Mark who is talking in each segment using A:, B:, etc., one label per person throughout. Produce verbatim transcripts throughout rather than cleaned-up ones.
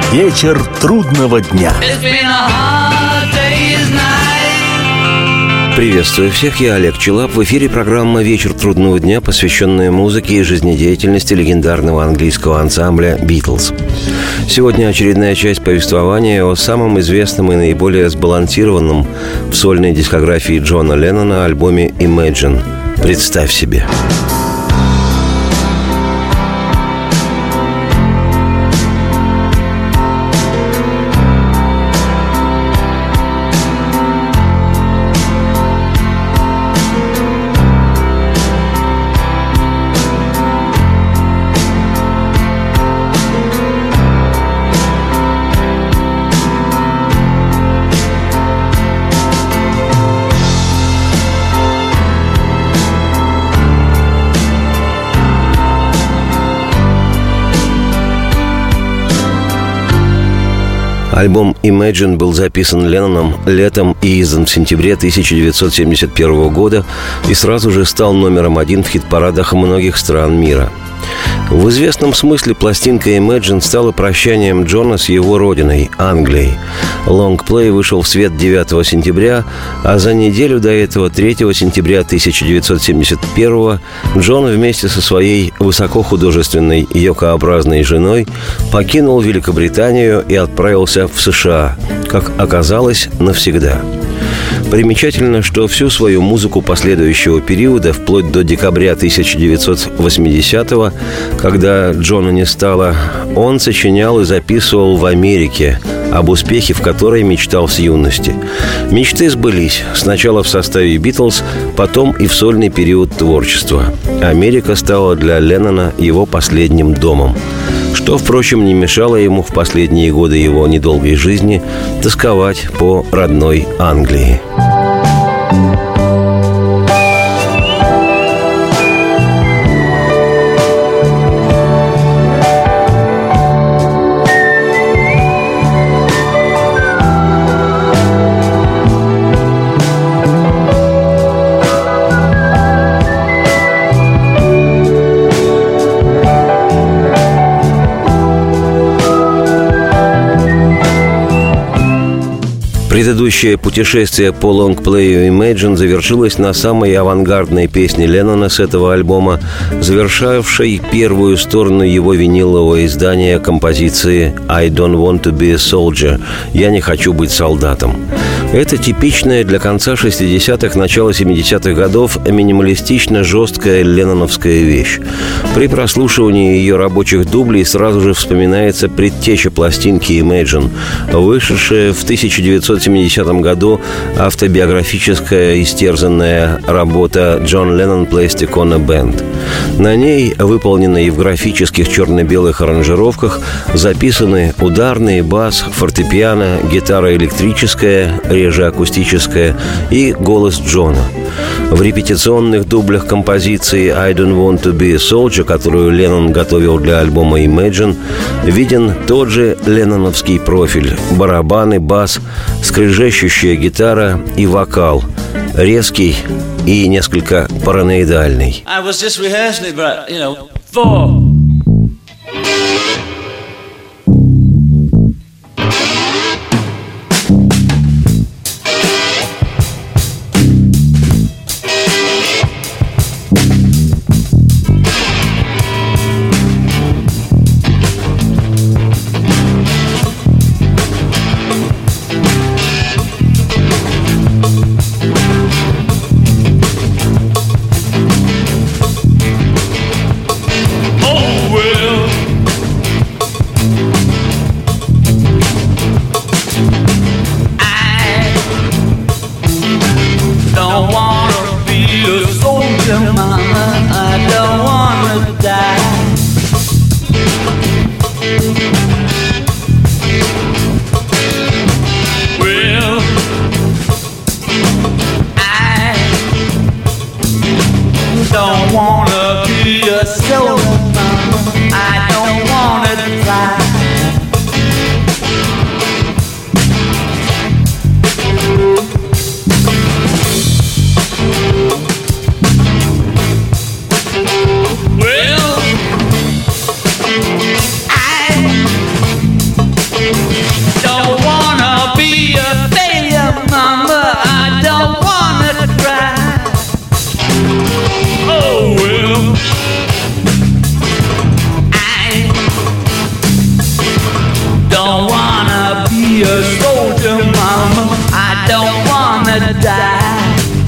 A: Вечер трудного дня.
B: Приветствую всех, я Олег Челап. В эфире программа «Вечер трудного дня», посвященная музыке и жизнедеятельности легендарного английского ансамбля «Битлз». Сегодня очередная часть повествования о самом известном и наиболее сбалансированном в сольной дискографии Джона Леннона альбоме «Imagine». Представь себе. Альбом «Imagine» был записан Ленноном летом и издан в сентябре тысяча девятьсот семьдесят первого года и сразу же стал номером один в хит-парадах многих стран мира. В известном смысле пластинка «Imagine» стала прощанием Джона с его родиной, Англией. Лонгплей вышел в свет девятого сентября, а за неделю до этого, третьего сентября тысяча девятьсот семьдесят первого, Джон вместе со своей высокохудожественной йокообразной женой покинул Великобританию и отправился в США, как оказалось, навсегда. Примечательно, что всю свою музыку последующего периода, вплоть до декабря тысяча девятьсот восьмидесятого, когда Джона не стало, он сочинял и записывал в Америке, об успехе в которой мечтал с юности. Мечты сбылись. Сначала в составе «Битлз», потом и в сольный период творчества. Америка стала для Леннона его последним домом, что, впрочем, не мешало ему в последние годы его недолгой жизни тосковать по родной Англии. Предыдущее путешествие по лонгплею «Imagine» завершилось на самой авангардной песне Леннона с этого альбома, завершавшей первую сторону его винилового издания композиции «I don't want to be a soldier» – «Я не хочу быть солдатом». Это типичная для конца шестидесятых, начала семидесятых годов минималистично жесткая ленноновская вещь. При прослушивании ее рабочих дублей сразу же вспоминается предтеча пластинки «Imagine», вышедшая в тысяча девятьсот семидесятом году автобиографическая истерзанная работа «John Lennon Plastic on a Band». На ней, выполненной в графических черно-белых аранжировках, записаны ударный бас, фортепиано, гитара электрическая, реже акустическая и голос Джона. В репетиционных дублях композиции «I don't want to be a soldier», которую Леннон готовил для альбома «Imagine», виден тот же ленноновский профиль – барабаны, бас, скрежещущая гитара и вокал, резкий и несколько параноидальный.
C: I was just rehearsing it, but, you know, four. be a soldier, mama. I don't wanna die.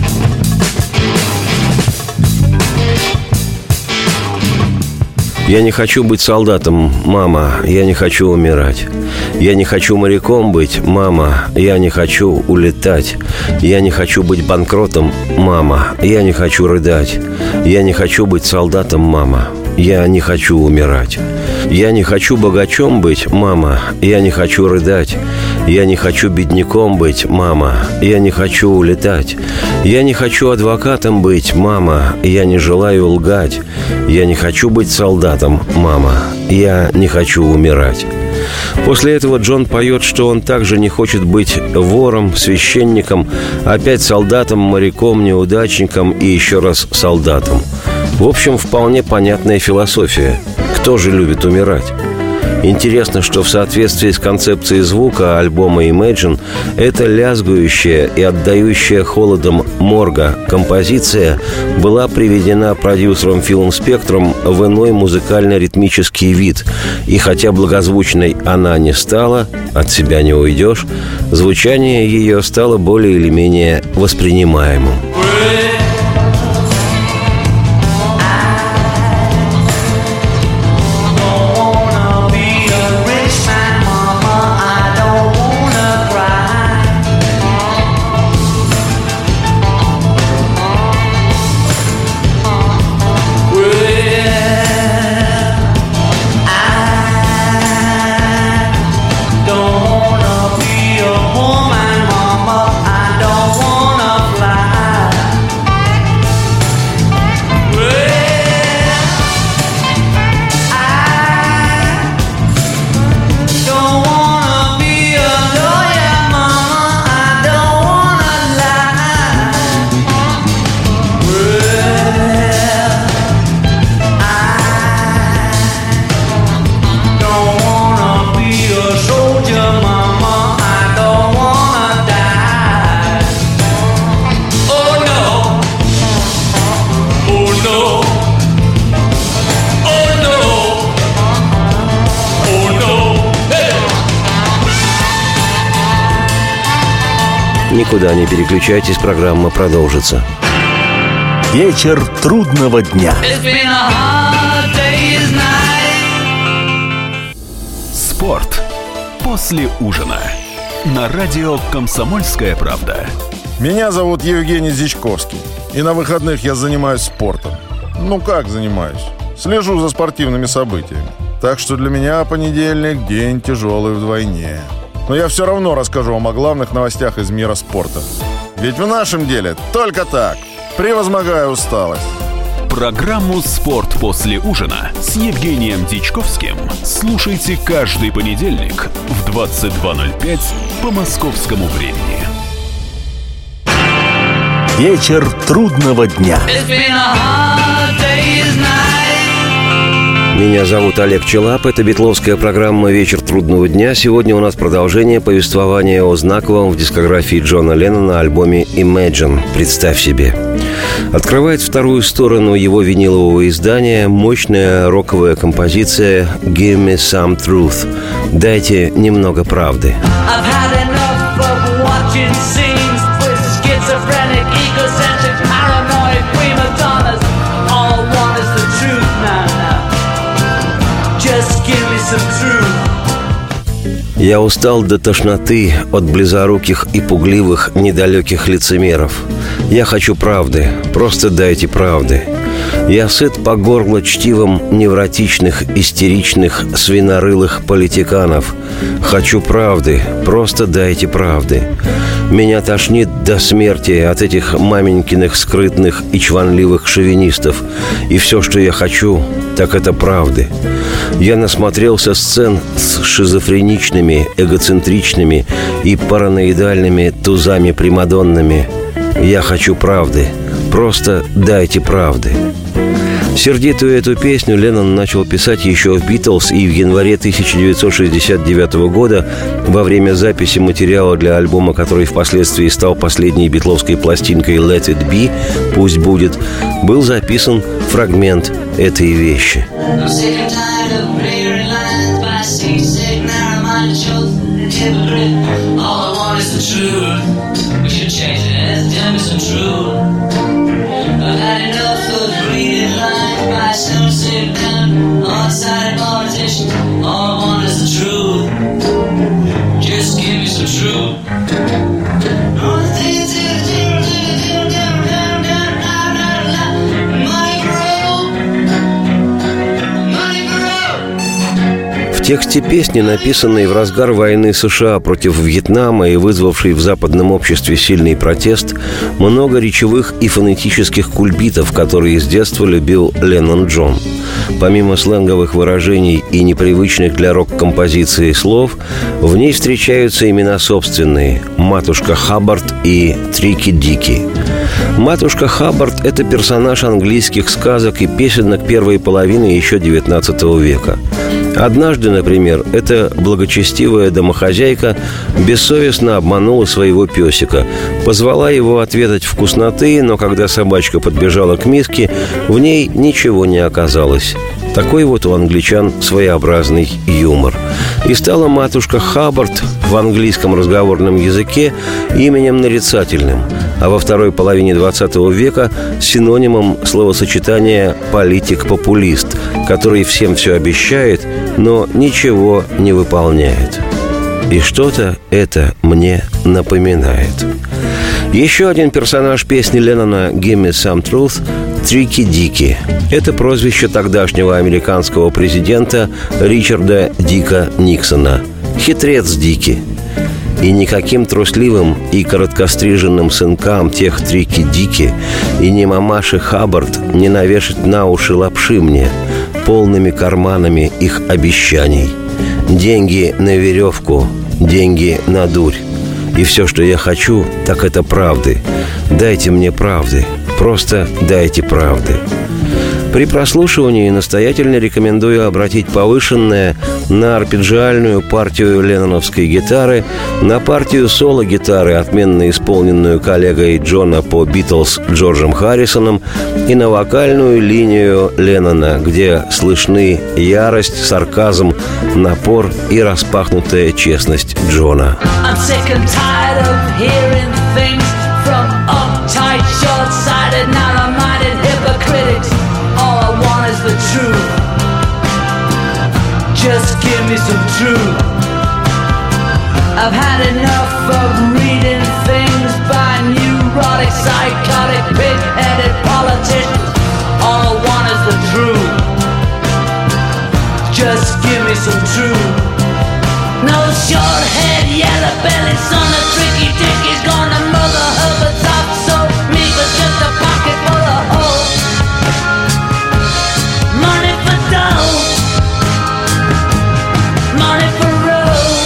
B: Я не хочу быть солдатом, мама, я не хочу умирать. Я не хочу моряком быть, мама, я не хочу улетать. Я не хочу быть банкротом, мама, я не хочу рыдать. Я не хочу быть солдатом, мама, я не хочу умирать. Я не хочу богачом быть, мама, я не хочу рыдать. Я не хочу бедняком быть, мама, я не хочу улетать. Я не хочу адвокатом быть, мама, я не желаю лгать. Я не хочу быть солдатом, мама, я не хочу умирать. После этого Джон поет, что он также не хочет быть вором, священником, опять солдатом, моряком, неудачником и еще раз солдатом. В общем, вполне понятная философия. Кто же любит умирать? Интересно, что в соответствии с концепцией звука альбома Imagine эта лязгающая и отдающая холодом морга композиция была приведена продюсером Филом Спектром в иной музыкально-ритмический вид. И хотя благозвучной она не стала, от себя не уйдешь, звучание ее стало более или менее воспринимаемым. Никуда не переключайтесь, программа продолжится.
A: Вечер трудного дня.
D: Спорт после ужина. На радио «Комсомольская правда».
E: Меня зовут Евгений Зичковский. И на выходных я занимаюсь спортом. Ну как занимаюсь? Слежу за спортивными событиями. Так что для меня понедельник – день тяжелый вдвойне. Но я все равно расскажу вам о главных новостях из мира спорта. Ведь в нашем деле только так, превозмогая усталость.
D: Программу «Спорт после ужина» с Евгением Дичковским слушайте каждый понедельник в двадцать два ноль пять по московскому времени.
A: Вечер трудного дня.
B: Меня зовут Олег Челап. Это битловская программа «Вечер трудного дня». Сегодня у нас продолжение повествования о знаковом в дискографии Джона Леннона альбоме Imagine. Представь себе. Открывает вторую сторону его винилового издания мощная роковая композиция «Give me some truth». «Дайте немного правды». Я устал до тошноты от близоруких и пугливых недалеких лицемеров. Я хочу правды, просто дайте правды. Я сыт по горло чтивом невротичных, истеричных, свинорылых политиканов. Хочу правды, просто дайте правды. Меня тошнит до смерти от этих маменькиных, скрытных и чванливых шовинистов. И все, что я хочу, так это правды. Я насмотрелся сцен с шизофреничными, эгоцентричными и параноидальными тузами-примадоннами. Я хочу правды. Просто дайте правды. Сердитую эту песню Леннон начал писать еще в «Битлз» и в январе тысяча девятьсот шестьдесят девятого года во время записи материала для альбома, который впоследствии стал последней битловской пластинкой «Let It Be», «Пусть будет», был записан фрагмент этой вещи.
C: hypocrite. All I want is the truth. We should change it. Tell me some truth. I've had enough of reading lines by some sit down on-side politician. All I want is the truth. Just give me some truth. All the things that
B: В тексте песни, написанной в разгар войны США против Вьетнама и вызвавшей в западном обществе сильный протест, много речевых и фонетических кульбитов, которые с детства любил Леннон Джон. Помимо сленговых выражений и непривычных для рок-композиции слов, в ней встречаются имена собственные – «Матушка Хаббард» и «Трики-Дики». Матушка Хаббард – это персонаж английских сказок и песенок первой половины еще девятнадцатого века. Однажды, например, эта благочестивая домохозяйка бессовестно обманула своего песика, позвала его отведать вкусноты, но когда собачка подбежала к миске, в ней ничего не оказалось. Такой вот у англичан своеобразный юмор. И стала матушка Хаббард в английском разговорном языке именем нарицательным, а во второй половине двадцатого века синонимом словосочетания «политик-популист», который всем все обещает, но ничего не выполняет. И что-то это мне напоминает. Еще один персонаж песни Леннона «Give me some truth» – Трики-Дики. Это прозвище тогдашнего американского президента Ричарда Дика Никсона. Хитрец Дики. И никаким трусливым и короткостриженным сынкам тех Трики-Дики и не мамаши Хаббард не навешать на уши лапши мне, полными карманами их обещаний. Деньги на веревку, деньги на дурь. И все, что я хочу, так это правды. Дайте мне правды. Просто дайте правды. При прослушивании настоятельно рекомендую обратить повышенное на арпеджиальную партию ленноновской гитары, на партию соло-гитары, отменно исполненную коллегой Джона по «Битлз» Джорджем Харрисоном, и на вокальную линию Леннона, где слышны ярость, сарказм, напор и распахнутая честность Джона.
C: I'm sick and tired of hearing things from uptight, short-sighted, narrow-minded hypocrites. All I want is the truth. Just give me some truth. I've had enough of reading things by neurotic, psychotic, pig-headed politicians. All I want is the truth. Just give me some truth. No short-head, yellow-bellied son of tricky dick is gonna mother Herbert's up, so me was just a pocket full of holes. Money for dough, money for road.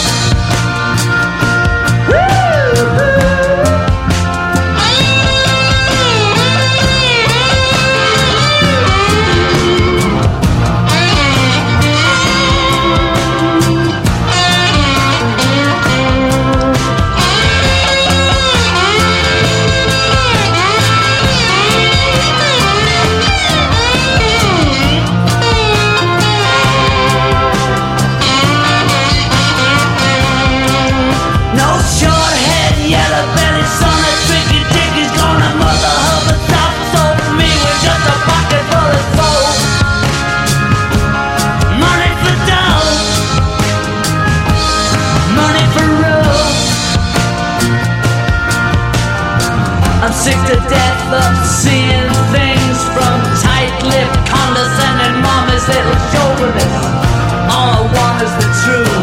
C: I'm sick to death of seeing things from tight-lipped, condescending mama's little chauvinists. All I want is the truth.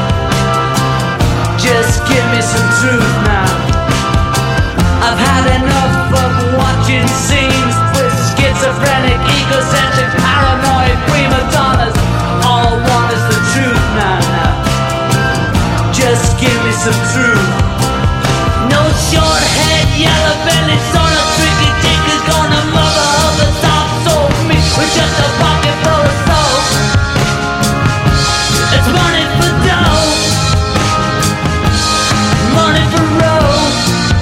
C: Just give me some truth now. I've had enough of watching scenes with schizophrenic, egocentric, paranoid prima donnas. All I want is the truth now, now. Just give me some truth. No short-head, yellow-bellied son of tricky dick is gonna mother of the soft soul me with just a pocket full of soul. It's money for dough, money for road.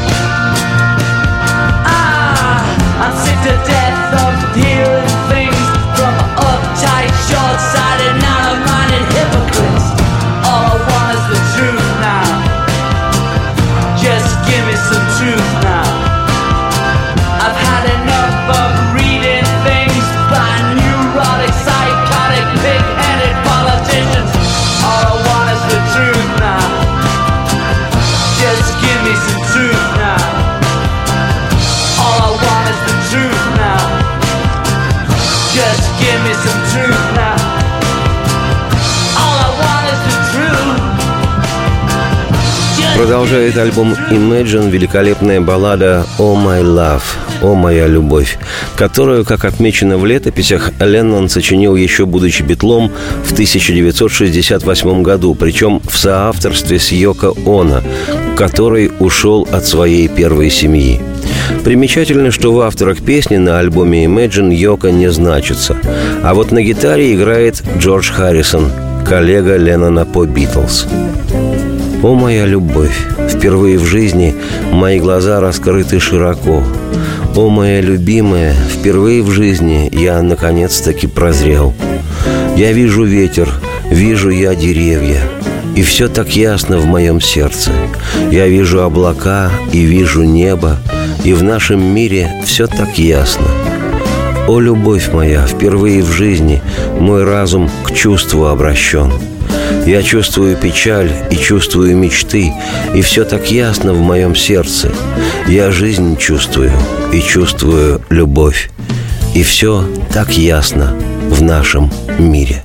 C: Ah, I'm sick to death of hearing things from uptight, short-sighted, narrow-minded hypocrites. All I want is the truth now.
B: Продолжает альбом Imagine великолепная баллада «Oh My Love», «О моя любовь», которую, как отмечено в летописях, Леннон сочинил еще будучи Битлом в тысяча девятьсот шестьдесят восьмом году, причем в соавторстве с Йоко Оно, который ушел от своей первой семьи. Примечательно, что в авторах песни на альбоме Imagine Йоко не значится, а вот на гитаре играет Джордж Харрисон, коллега Леннона по «Битлз». «О, моя любовь, впервые в жизни мои глаза раскрыты широко. О, моя любимая, впервые в жизни я наконец-таки прозрел. Я вижу ветер, вижу я деревья, и все так ясно в моем сердце. Я вижу облака и вижу небо, и в нашем мире все так ясно. О, любовь моя, впервые в жизни мой разум к чувству обращен. Я чувствую печаль и чувствую мечты, и все так ясно в моем сердце. Я жизнь чувствую и чувствую любовь, и все так ясно в нашем мире».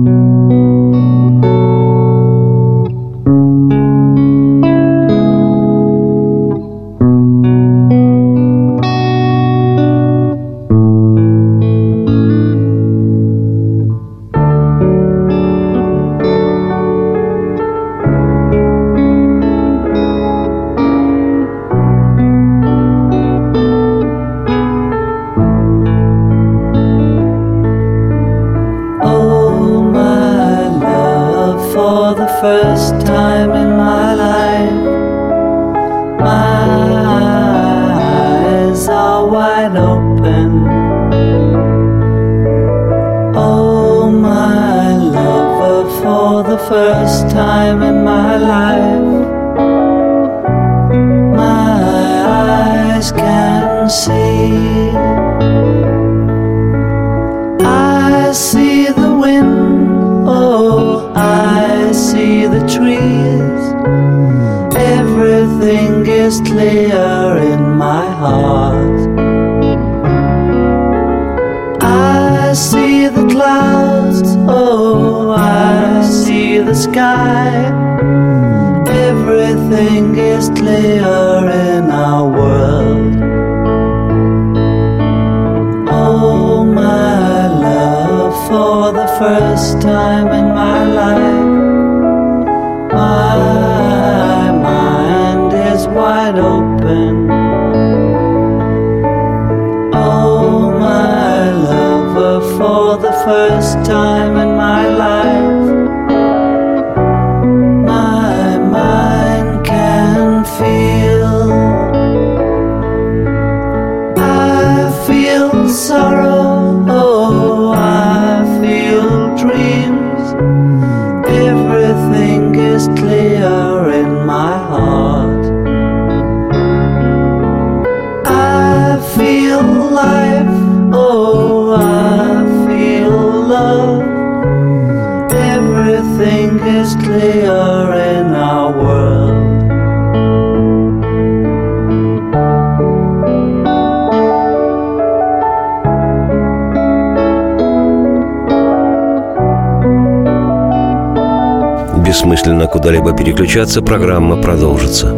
B: Бессмысленно куда-либо переключаться, программа продолжится.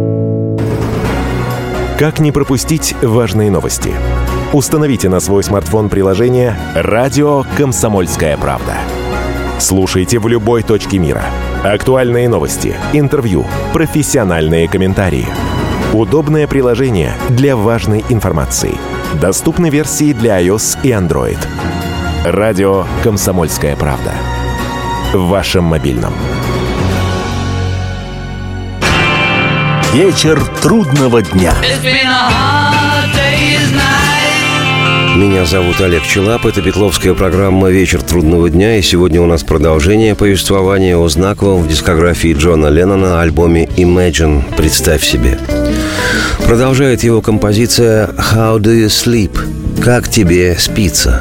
F: Как не пропустить важные новости? Установите на свой смартфон приложение «Радио Комсомольская правда». Слушайте в любой точке мира. Актуальные новости, интервью, профессиональные комментарии. Удобное приложение для важной информации. Доступны версии для iOS и Android. «Радио Комсомольская правда». В вашем мобильном.
A: Вечер трудного дня.
B: Меня зовут Олег Челап. Это битловская программа «Вечер трудного дня». И сегодня у нас продолжение повествования о знаковом в дискографии Джона Леннона альбоме «Imagine». Представь себе. Продолжает его композиция «How do you sleep?» «Как тебе спится?»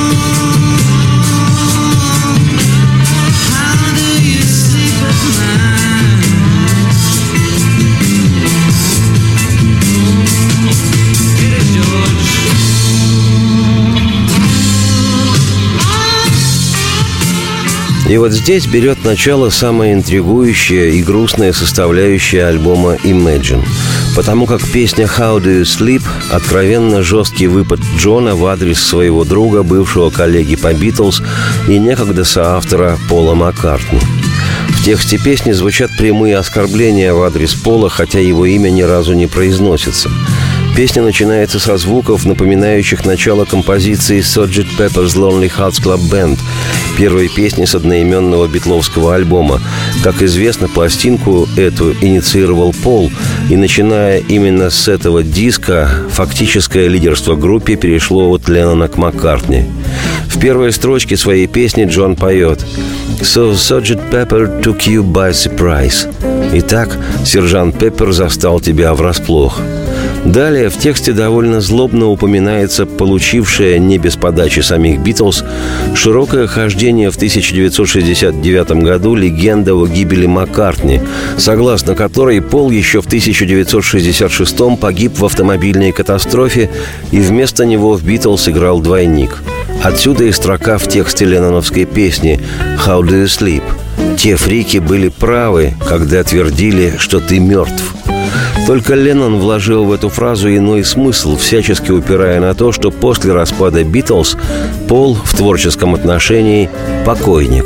G: How do you sleep at night?
B: И вот здесь берет начало самая интригующая и грустная составляющая альбома Imagine, потому как песня «How do you sleep» — откровенно жесткий выпад Джона в адрес своего друга, бывшего коллеги по «Битлз» и некогда соавтора Пола Маккартни. В тексте песни звучат прямые оскорбления в адрес Пола, хотя его имя ни разу не произносится. Песня начинается со звуков, напоминающих начало композиции сержант Pepper's Lonely Hearts Club Band, первой песни с одноименного битловского альбома. Как известно, пластинку эту инициировал Пол, и начиная именно с этого диска, фактическое лидерство в группе перешло от Леннона к Маккартни. В первой строчке своей песни Джон поет «So сержант Pepper took you by surprise». Итак, сержант Пеппер застал тебя врасплох. Далее в тексте довольно злобно упоминается получившее, не без подачи самих «Битлз», широкое хождение в тысяча девятьсот шестьдесят девятом году легенда о гибели Маккартни, согласно которой Пол еще в тысяча девятьсот шестьдесят шестом погиб в автомобильной катастрофе, и вместо него в «Битлз» играл двойник. Отсюда и строка в тексте ленноновской песни «How do you sleep?» «Те фрики были правы, когда твердили, что ты мертв». Только Леннон вложил в эту фразу иной смысл, всячески упирая на то, что после распада «Битлз» Пол в творческом отношении покойник.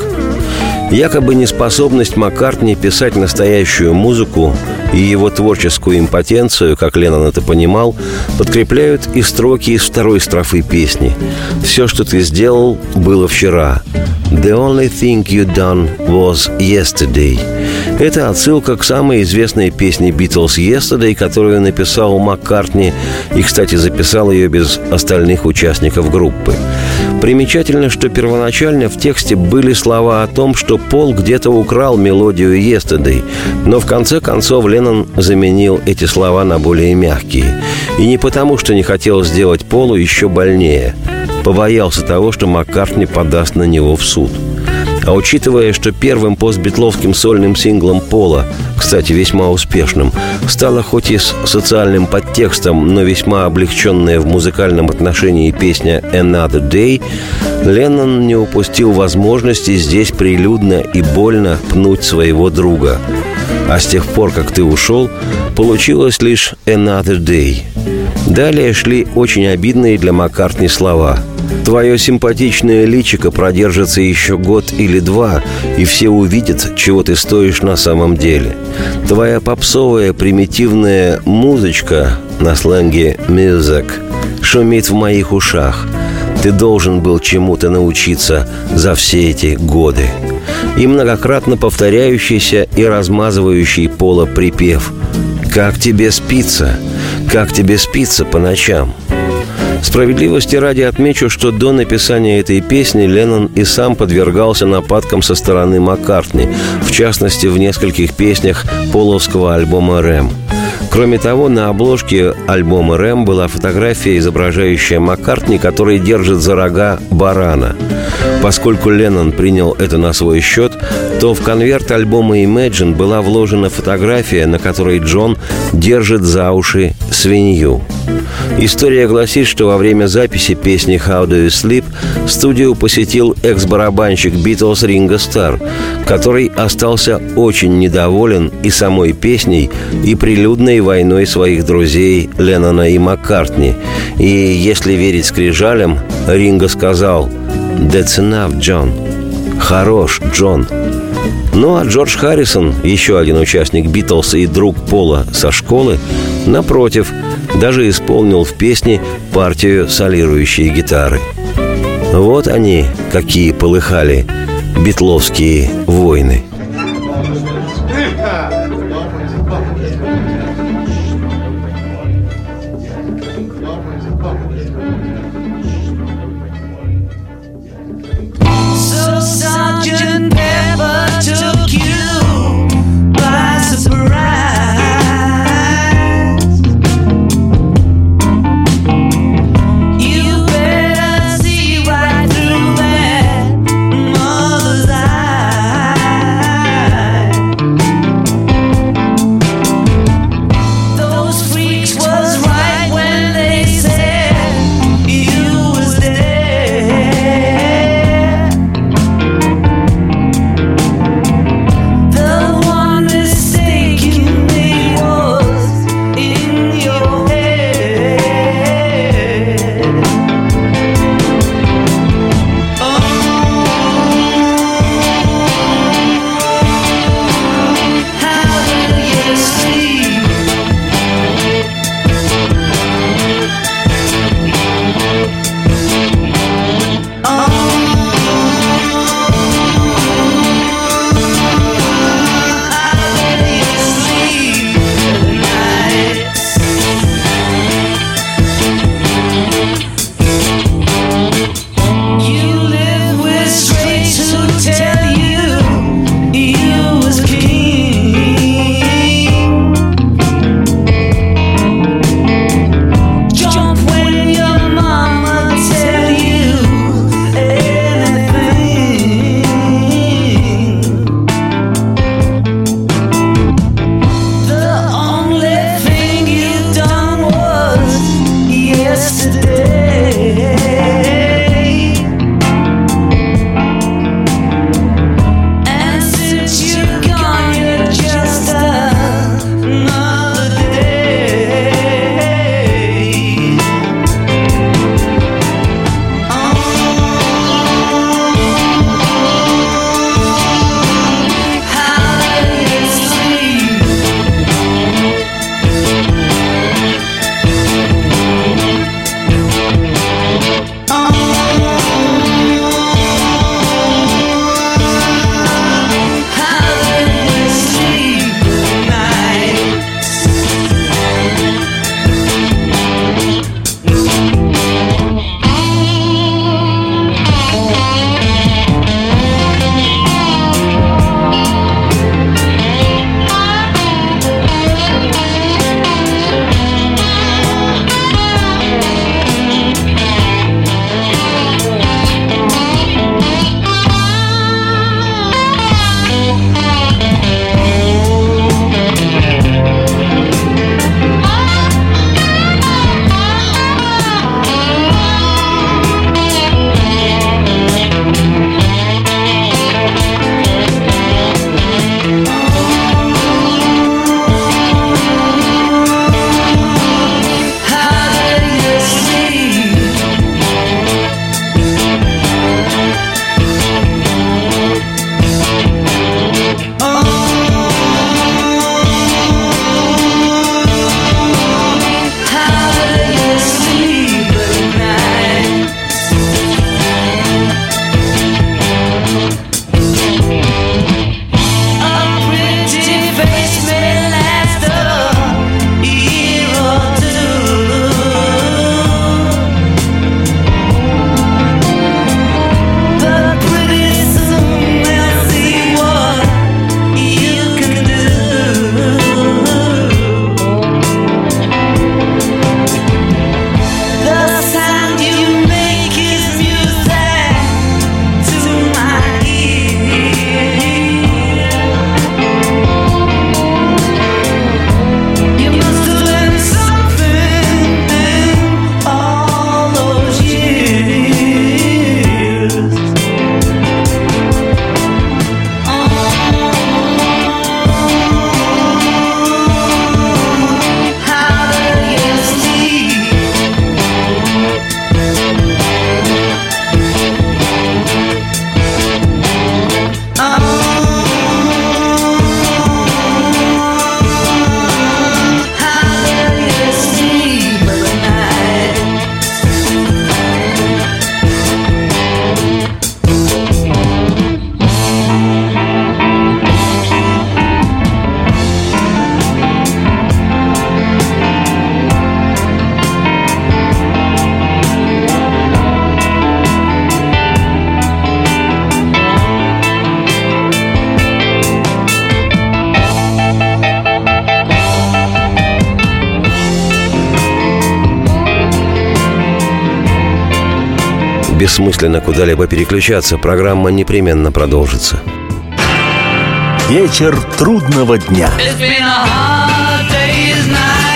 B: Якобы неспособность Маккартни писать настоящую музыку и его творческую импотенцию, как Леннон это понимал, подкрепляют и строки из второй строфы песни. «Все, что ты сделал, было вчера. The only thing you done was yesterday». Это отсылка к самой известной песне «Битлз» «Yesterday», которую написал Маккартни и, кстати, записал ее без остальных участников группы. Примечательно, что первоначально в тексте были слова о том, что Пол где-то украл мелодию «Yesterday», но в конце концов Леннон заменил эти слова на более мягкие. И не потому, что не хотел сделать Полу еще больнее. Побоялся того, что Маккартни подаст на него в суд. А учитывая, что первым постбитловским сольным синглом Пола, кстати, весьма успешным, стала хоть и с социальным подтекстом, но весьма облегченная в музыкальном отношении песня «Another Day», Леннон не упустил возможности здесь прилюдно и больно пнуть своего друга. А с тех пор, как ты ушел, получилось лишь «Another Day». Далее шли очень обидные для Маккартни слова. «Твое симпатичное личико продержится еще год или два, и все увидят, чего ты стоишь на самом деле. Твоя попсовая примитивная музычка, на сленге «music», шумит в моих ушах. Ты должен был чему-то научиться за все эти годы». И многократно повторяющийся и размазывающий Пола припев «Как тебе спится? Как тебе спится по ночам?» Справедливости ради отмечу, что до написания этой песни Леннон и сам подвергался нападкам со стороны Маккартни, в частности, в нескольких песнях половского альбома «Рэм». Кроме того, на обложке альбома «Рэм» была фотография, изображающая Маккартни, который держит за рога барана. Поскольку Леннон принял это на свой счет, то в конверт альбома Imagine была вложена фотография, на которой Джон держит за уши свинью. История гласит, что во время записи песни «How do you sleep» студию посетил экс-барабанщик «Битлз» Ринго Старр, который остался очень недоволен и самой песней, и прилюдной войной своих друзей Леннона и Маккартни. И, если верить скрижалям, Ринго сказал «That's enough, John». «Хорош, Джон». Ну а Джордж Харрисон, еще один участник «Битлз» и друг Пола со школы, напротив, даже исполнил в песне партию солирующей гитары. Вот они, какие полыхали битловские войны. Бессмысленно куда-либо переключаться, программа непременно продолжится.
A: Вечер трудного дня.
C: It's been a hard day's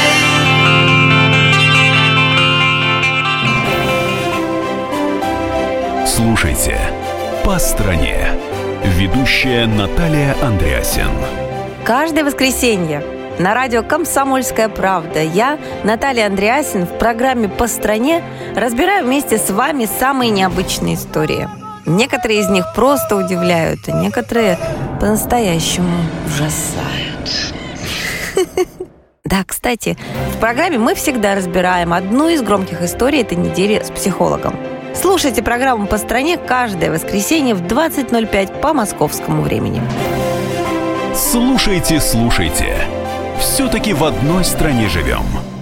C: night.
D: Слушайте «По стране». Ведущая Наталья Андреасен.
G: Каждое воскресенье на радио «Комсомольская правда» я, Наталья Андреасен, в программе «По стране» разбираю вместе с вами самые необычные истории. Некоторые из них просто удивляют, а некоторые по-настоящему ужасают. Да, кстати, в программе мы всегда разбираем одну из громких историй этой недели с психологом. Слушайте программу «По стране» каждое воскресенье в двадцать ноль пять по московскому времени.
D: Слушайте, слушайте. Все-таки в одной стране живем.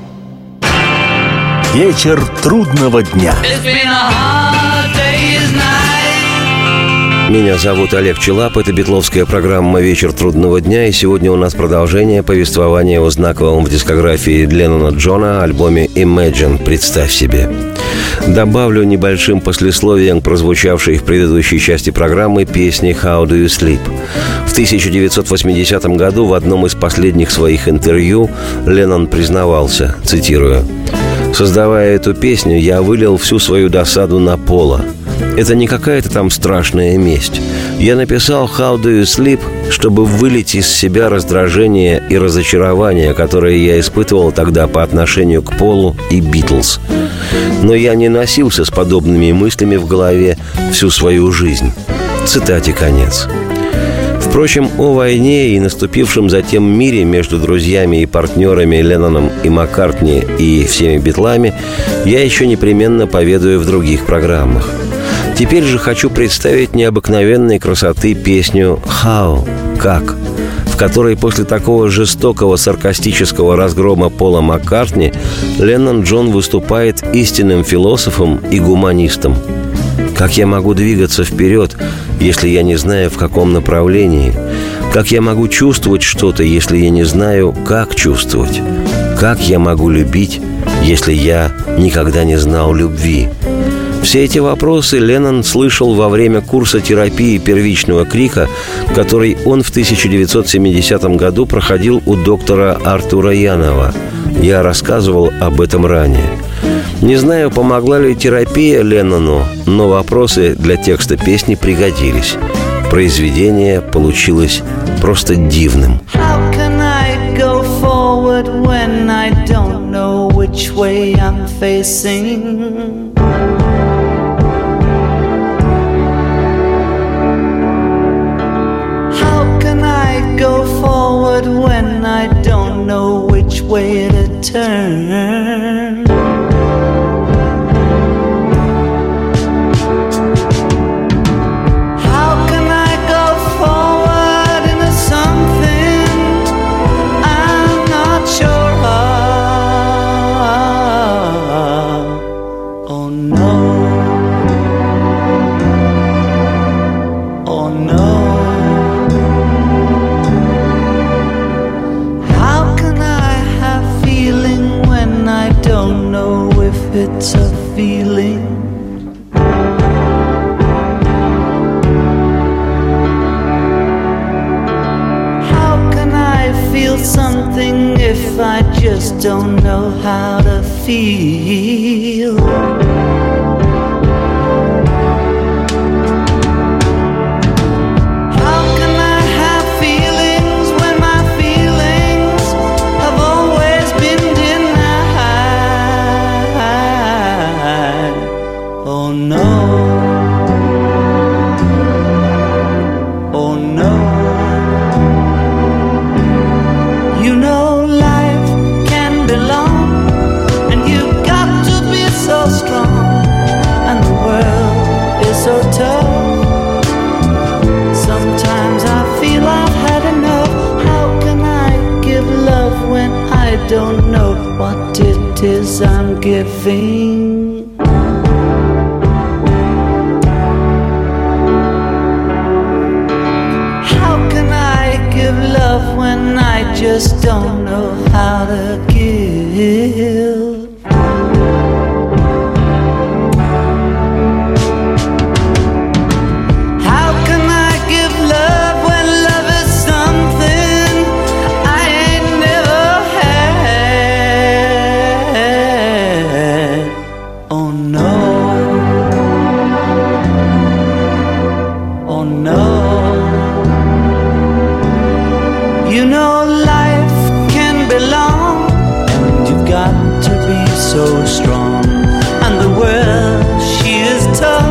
A: Вечер трудного дня.
C: It's been a hard day's night.
B: Меня зовут Олег Челап, это битловская программа «Вечер трудного дня», и сегодня у нас продолжение повествования о знаковом в дискографии Леннона Джона альбоме «Imagine», представь себе. Добавлю небольшим послесловием к прозвучавшей в предыдущей части программы песни «How do you sleep?». В тысяча девятьсот восьмидесятом году в одном из последних своих интервью Леннон признавался, цитирую: «Создавая эту песню, я вылил всю свою досаду на Пола. Это не какая-то там страшная месть. Я написал «How do you sleep?», чтобы вылить из себя раздражение и разочарование, которое я испытывал тогда по отношению к Полу и Битлз. Но я не носился с подобными мыслями в голове всю свою жизнь». Цитате конец. Впрочем, о войне и наступившем затем мире между друзьями и партнерами Ленноном и Маккартни и всеми битлами я еще непременно поведаю в других программах. Теперь же хочу представить необыкновенной красоты песню «How» – «Как», в которой после такого жестокого саркастического разгрома Пола Маккартни Леннон Джон выступает истинным философом и гуманистом. Как я могу двигаться вперед, если я не знаю, в каком направлении? Как я могу чувствовать что-то, если я не знаю, как чувствовать? Как я могу любить, если я никогда не знал любви? Все эти вопросы Леннон слышал во время курса терапии первичного крика, который он в тысяча девятьсот семидесятом году проходил у доктора Артура Янова. Я рассказывал об этом ранее. Не знаю, помогла ли терапия Леннону, но вопросы для текста песни пригодились. Произведение получилось просто дивным.
C: How can I go forward when I don't know which way I'm facing? How can I go forward when I don't know which way to turn? It's a feeling. How can I feel something if I just don't know how to feel? Don't know what it is I'm giving. How can I give love when I just don't know how to give? so strong. And the world, she is tough.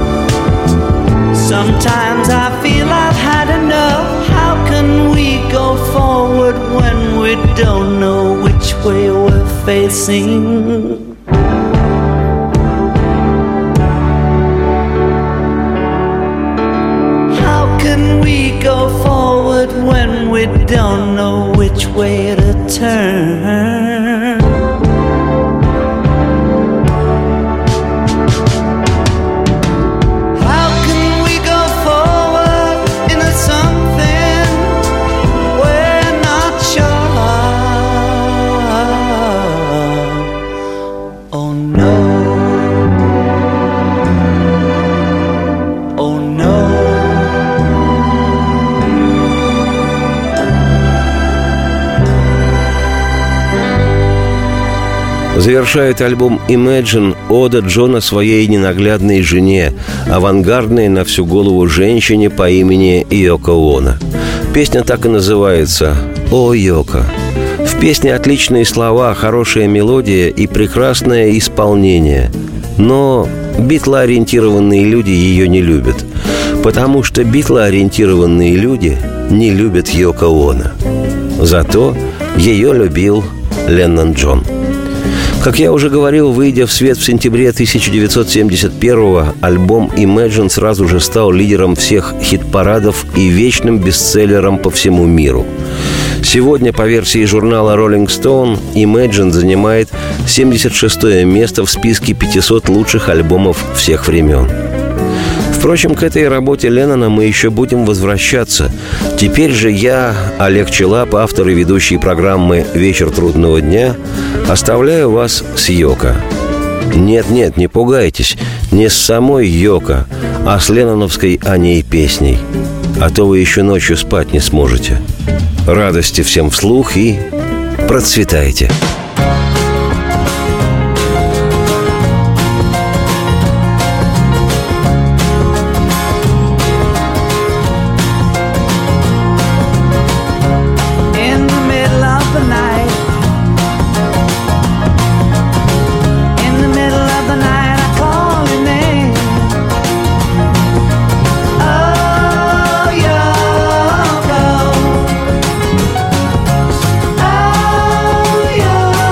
C: Sometimes I feel I've had enough. How can we go forward when we don't know which way we're facing? Go forward when we don't know which way to turn. How can we go forward into something we're not sure? Oh no. Oh no.
B: Завершает альбом Imagine ода Джона своей ненаглядной жене, авангардной на всю голову женщине по имени Йоко Оно. Песня так и называется «О, Йоко». В песне отличные слова, хорошая мелодия и прекрасное исполнение. Но битлоориентированные люди ее не любят, потому что битлоориентированные люди не любят Йоко Оно. Зато ее любил Леннон Джон. Как я уже говорил, выйдя в свет в сентябре тысяча девятьсот семьдесят первого, альбом Imagine сразу же стал лидером всех хит-парадов и вечным бестселлером по всему миру. Сегодня, по версии журнала Rolling Stone, Imagine занимает семьдесят шестое место в списке пятисот лучших альбомов всех времен. Впрочем, к этой работе Леннона мы еще будем возвращаться. Теперь же я, Олег Челап, автор и ведущий программы «Вечер трудного дня», оставляю вас с Йоко. Нет-нет, не пугайтесь, не с самой Йоко, а с ленноновской о ней песней. А то вы еще ночью спать не сможете. Радости всем вслух и процветайте!
C: Oh, yeah.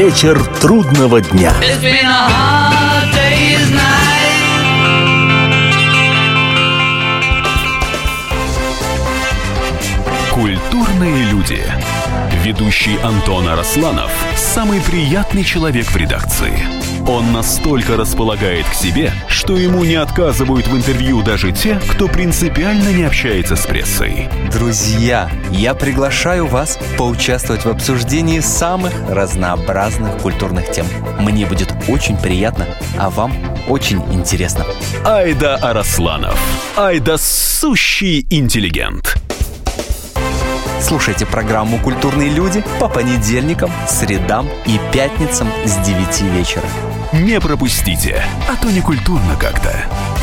A: Вечер трудного дня.
C: It's been a hard day's night.
D: Культурные люди. Ведущий Антон Арасланов – самый приятный человек в редакции. Он настолько располагает к себе, что ему не отказывают в интервью даже те, кто принципиально не общается с прессой.
H: Друзья, я приглашаю вас поучаствовать в обсуждении самых разнообразных культурных тем. Мне будет очень приятно, а вам очень интересно.
D: Айда Арасланов. Айда сущий интеллигент.
H: Слушайте программу «Культурные люди» по понедельникам, средам и пятницам с девяти вечера.
D: Не пропустите, а то не культурно как-то.